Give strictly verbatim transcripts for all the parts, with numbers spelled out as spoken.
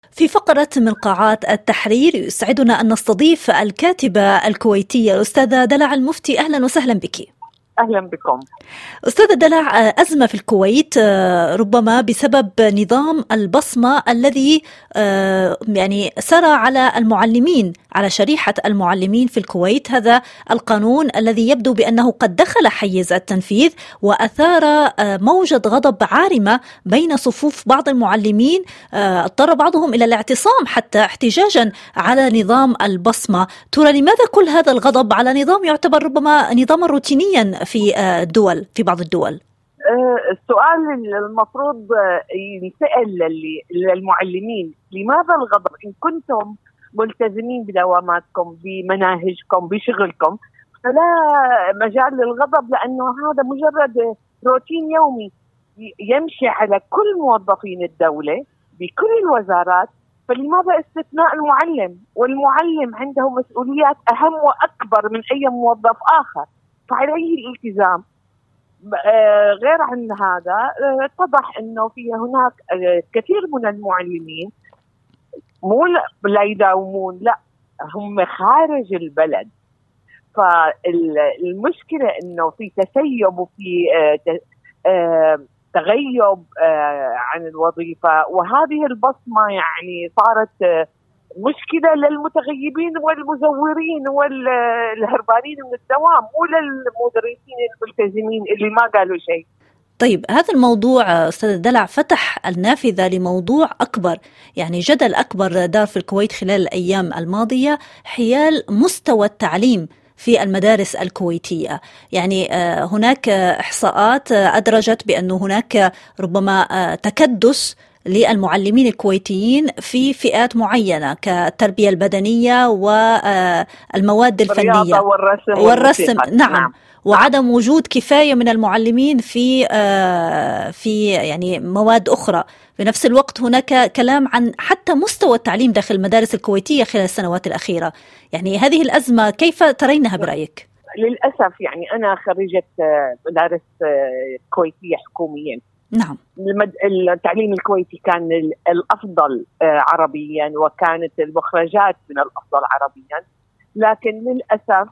في فقرة من قاعات التحرير يسعدنا أن نستضيف الكاتبة الكويتية الأستاذة دلع المفتي. أهلا وسهلا بك. أهلا بكم. أستاذة دلع، أزمة في الكويت ربما بسبب نظام البصمة الذي يعني سرى على المعلمين، على شريحة المعلمين في الكويت. هذا القانون الذي يبدو بأنه قد دخل حيز التنفيذ وأثار موجة غضب عارمة بين صفوف بعض المعلمين، اضطر بعضهم إلى الاعتصام حتى احتجاجا على نظام البصمة. ترى لماذا كل هذا الغضب على نظام يعتبر ربما نظاما روتينيا في الدول، في بعض الدول؟ السؤال المفروض ينسأل للمعلمين، لماذا الغضب؟ إن كنتم ملتزمين بدواماتكم، بمناهجكم، بشغلكم، فلا مجال للغضب، لأنه هذا مجرد روتين يومي يمشي على كل موظفين الدولة بكل الوزارات. فلماذا استثناء المعلم؟ والمعلم عنده مسؤوليات أهم وأكبر من أي موظف آخر، فعليه الالتزام. غير عن هذا اتضح انه في هناك كثير من المعلمين مو لا يداومون، لا هم خارج البلد. فالمشكلة انه في تسيب وفي تغيب عن الوظيفة، وهذه البصمة يعني صارت مشكلة للمتغيبين والمزورين والهربانين من الدوام، وللمدرسين الملتزمين اللي ما قالوا شيء. طيب، هذا الموضوع أستاذ دلع فتح النافذة لموضوع أكبر، يعني جدل أكبر دار في الكويت خلال الأيام الماضية حيال مستوى التعليم في المدارس الكويتية. يعني هناك إحصاءات أدرجت بأن هناك ربما تكدس للمعلمين الكويتيين في فئات معينة كالتربية البدنية والمواد الفنية والرسم, والرسم نعم. نعم وعدم وجود كفاية من المعلمين في في يعني مواد أخرى. في نفس الوقت هناك كلام عن حتى مستوى التعليم داخل المدارس الكويتية خلال السنوات الأخيرة. يعني هذه الأزمة كيف ترينها برأيك؟ للأسف يعني أنا خريجة مدارس كويتية حكومية. نعم. التعليم الكويتي كان الأفضل عربيا، وكانت المخرجات من الأفضل عربيا، لكن للأسف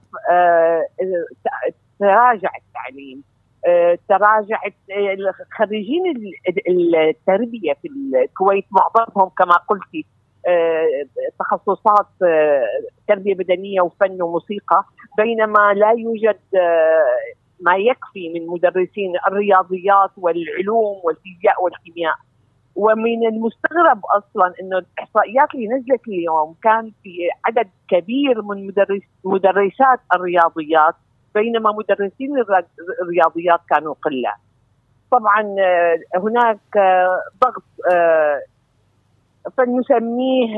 تراجع التعليم، تراجعت خريجين التربية في الكويت معظمهم كما قلتي تخصصات تربية بدنية وفن وموسيقى، بينما لا يوجد ما يكفي من مدرسين الرياضيات والعلوم والفيزياء والكيمياء. ومن المستغرب أصلا أنه الإحصائيات اللي نزلت اليوم كان في عدد كبير من مدرس مدرسات الرياضيات، بينما مدرسين الرياضيات كانوا قلة. طبعا هناك ضغط فنسميه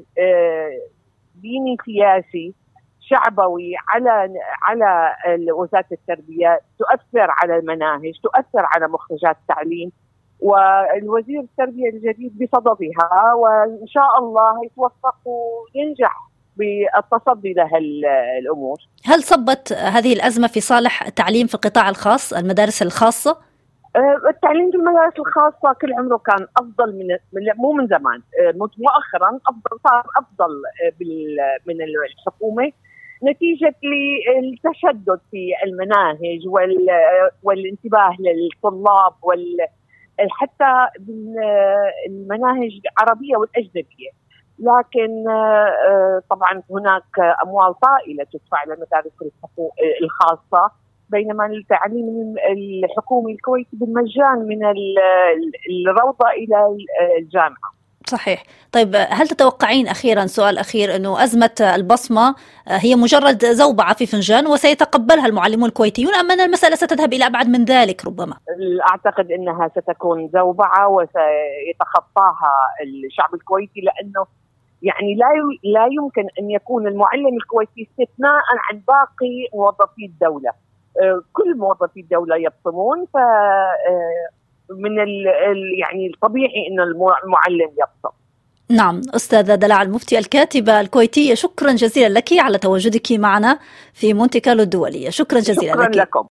ديني سياسي شعبوي على على وزارة التربية، تؤثر على المناهج، تؤثر على مخرجات التعليم، والوزير التربية الجديد بصددها، وإن شاء الله يتوفق وينجح بالتصدي لها الأمور. هل صبت هذه الأزمة في صالح التعليم في القطاع الخاص، المدارس الخاصة؟ التعليم في المدارس الخاصة كل عمره كان أفضل من مو من زمان، مؤخرا أفضل، صار أفضل من الحكومة نتيجة للتشدد في المناهج والانتباه للطلاب وحتى بالمناهج العربية والأجنبية. لكن طبعا هناك أموال طائلة تدفع للمدارس الخاصة، بينما التعليم الحكومي الكويتي بالمجان من الروضة إلى الجامعة. صحيح. طيب، هل تتوقعين أخيرا، سؤال أخير، أنه أزمة البصمة هي مجرد زوبعة في فنجان وسيتقبلها المعلمون الكويتيون، أم أن المسألة ستذهب إلى أبعد من ذلك ربما؟ أعتقد أنها ستكون زوبعة وسيتخطاها الشعب الكويتي، لأنه يعني لا لا يمكن أن يكون المعلم الكويتي استثناء عن باقي موظفي الدولة. كل موظفي الدولة يبصمون، ف من ال يعني الطبيعي أن المعلم يبصم. نعم. أستاذة دلع المفتي الكاتبة الكويتية، شكرا جزيلا لك على تواجدك معنا في مونتي كارلو الدولية. شكرا جزيلا شكرا لك. لكم.